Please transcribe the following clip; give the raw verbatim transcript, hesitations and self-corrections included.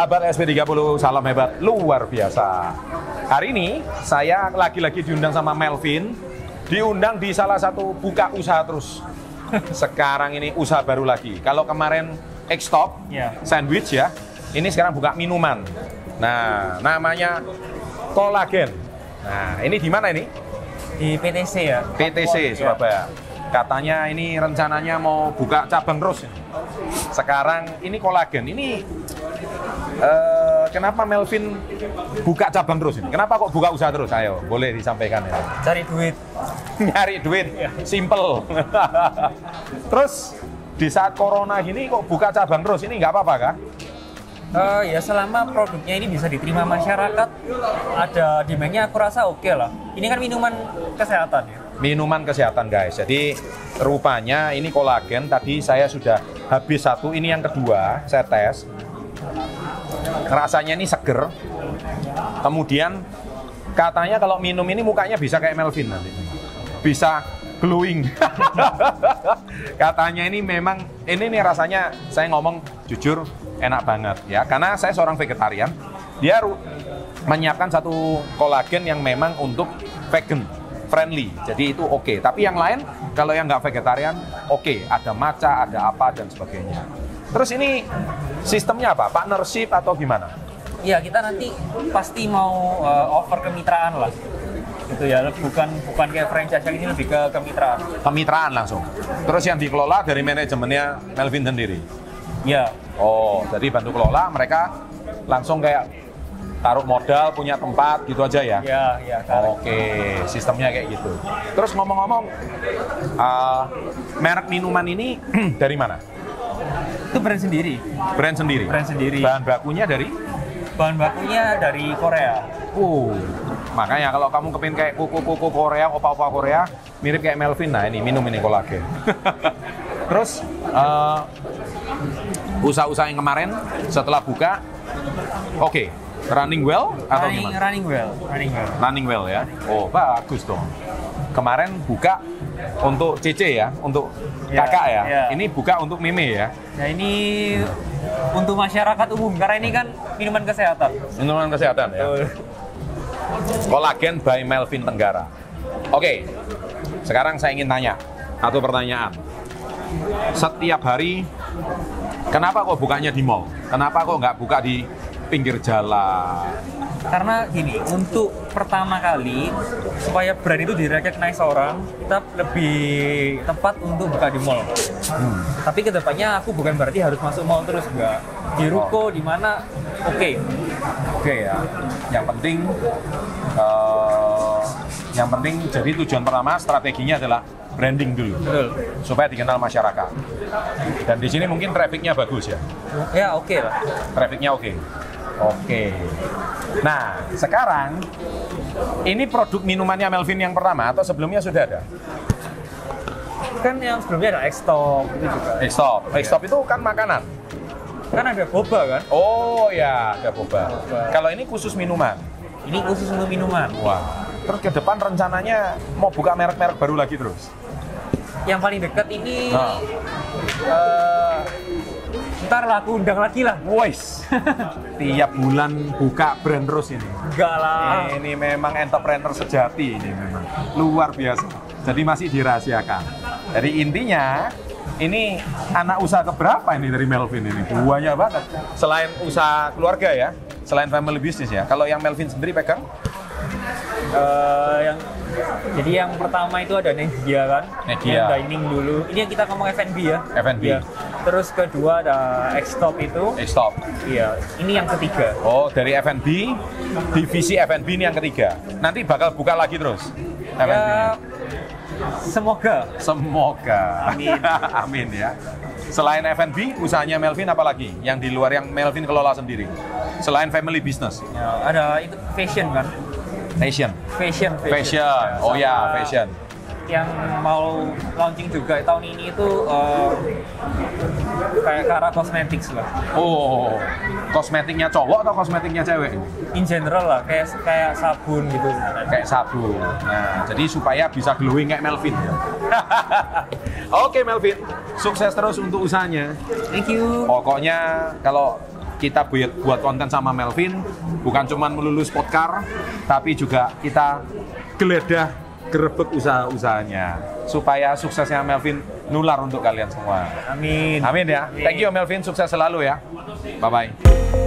Sahabat S P tiga puluh, salam hebat luar biasa. Hari ini saya lagi-lagi diundang sama Melvin, diundang di salah satu buka usaha terus. Sekarang ini usaha baru lagi. Kalau kemarin X-Top, yeah. sandwich ya, ini sekarang buka minuman. Nah, namanya Kolagen. Nah, ini di mana ini? Di P T C ya. P T C Surabaya. Katanya ini rencananya mau buka cabang terus. Sekarang ini Kolagen. Ini uh, kenapa Melvin buka cabang terus ini? Kenapa kok buka usaha terus? Ayo, boleh disampaikan ya. Cari duit. Nyari duit, simple. Terus di saat corona gini kok buka cabang terus? Ini nggak apa-apa kah? Uh, ya selama produknya ini bisa diterima masyarakat, ada demand-nya aku rasa oke okay lah. Ini kan minuman kesehatan ya. Minuman kesehatan guys. Jadi rupanya ini kolagen. Tadi saya sudah habis satu, ini yang kedua saya tes. Rasanya ini seger. Kemudian katanya kalau minum ini mukanya bisa kayak Melvin nanti. Bisa glowing. Katanya ini memang ini nih rasanya, saya ngomong jujur enak banget ya. Karena saya seorang vegetarian, dia menyiapkan satu kolagen yang memang untuk vegan friendly, jadi itu oke. Okay. Tapi yang lain, kalau yang nggak vegetarian, oke. Okay. Ada matcha, ada apa, dan sebagainya. Terus ini sistemnya apa? Partnership atau gimana? Iya, kita nanti pasti mau uh, offer kemitraan lah. Gitu ya, bukan bukan kayak franchise, yang ini lebih ke kemitraan. Kemitraan langsung. Terus yang dikelola dari manajemennya Melvin sendiri? Iya. Oh, jadi bantu kelola, mereka langsung kayak taruh modal, punya tempat, gitu aja ya? Iya, iya. Oke, sistemnya kayak gitu. Terus ngomong-ngomong, uh, merek minuman ini dari mana? Itu brand sendiri. Brand sendiri? Brand sendiri. Bahan bakunya dari? Bahan bakunya dari Korea. Uh, makanya kalau kamu kepin kayak kuku-kuku Korea, opa-opa Korea, mirip kayak Melvin, nah ini minum ini kolagen. Terus, uh, usaha-usaha yang kemarin setelah buka, oke. Okay. Running well atau running, gimana? Running well, running well. Running well ya. Oh, bagus dong. Kemarin buka untuk C C ya, untuk ya, kakak ya. ya. Ini buka untuk Meme ya. Nah, ini untuk masyarakat umum karena ini kan minuman kesehatan. Minuman kesehatan ya. Kolagen by Melvin Tenggara. Oke. Sekarang saya ingin tanya satu pertanyaan. Setiap hari kenapa kok bukanya di mall? Kenapa kok nggak buka di pinggir jalan? Karena gini, untuk pertama kali supaya brand itu direcognize orang, kita lebih tepat untuk buka di mall. Hmm. Tapi kedepannya aku bukan berarti harus masuk mall terus, enggak. Di ruko, oh. di mana, oke. Okay. Oke okay, ya. Yang penting, uh, yang penting jadi tujuan pertama strateginya adalah branding dulu. Betul. Supaya dikenal masyarakat. Dan di sini mungkin trafficnya bagus ya? Ya oke okay lah. Trafficnya oke. Okay. Oke. Okay. Nah, sekarang ini produk minumannya Melvin yang pertama atau sebelumnya sudah ada? Kan yang sebelumnya ada X-Top itu juga. X-Top. X-Top itu kan makanan. Kan ada boba kan? Oh ya, ada boba. boba. Kalau ini khusus minuman. Ini khusus untuk minuman. Wah. Terus ke depan rencananya mau buka merek-merek baru lagi terus? Yang paling dekat ini nah. uh, ntar lah aku undang lagi lah. Wais. Tiap bulan buka brand terus ini. Enggak lah. Ini, ini memang entrepreneur sejati ini memang. Luar biasa. Jadi masih dirahasiakan. Jadi intinya ini anak usaha keberapa ini dari Melvin ini? Banyak banget. Selain usaha keluarga ya, selain family business ya. Kalau yang Melvin sendiri pegang? Uh, yang jadi yang pertama itu ada Negia kan, Negia. yang dining dulu. Ini yang kita ngomong F and B ya. F and B. Ya. Terus kedua ada X-Top itu. X-Top. Iya. Ini yang ketiga. Oh, dari F and B, divisi F and B ini yang ketiga. Nanti bakal buka lagi terus. F and B. Ya, semoga. Semoga. Amin. Amin ya. Selain F and B, usahanya Melvin apa lagi? Yang di luar yang Melvin kelola sendiri. Selain family business. Ya, ada itu fashion kan. Fashion. Fashion. Fashion. Fashion. Oh ya, fashion. Yang mau launching juga tahun ini itu uh, kayak ke arah cosmetics lah. Oh, kosmetiknya cowok atau kosmetiknya cewek? In general lah, kayak kayak sabun gitu. Kayak sabun. Nah, jadi supaya bisa glowing kayak Melvin. Oke Melvin, sukses terus untuk usahanya. Thank you. Pokoknya kalau kita buat, buat konten sama Melvin, bukan cuma melulu spotcar, tapi juga kita geledah gerebek usaha-usahanya supaya suksesnya Melvin nular untuk kalian semua. Amin. Amin ya. Thank you Melvin, sukses selalu ya. Bye bye.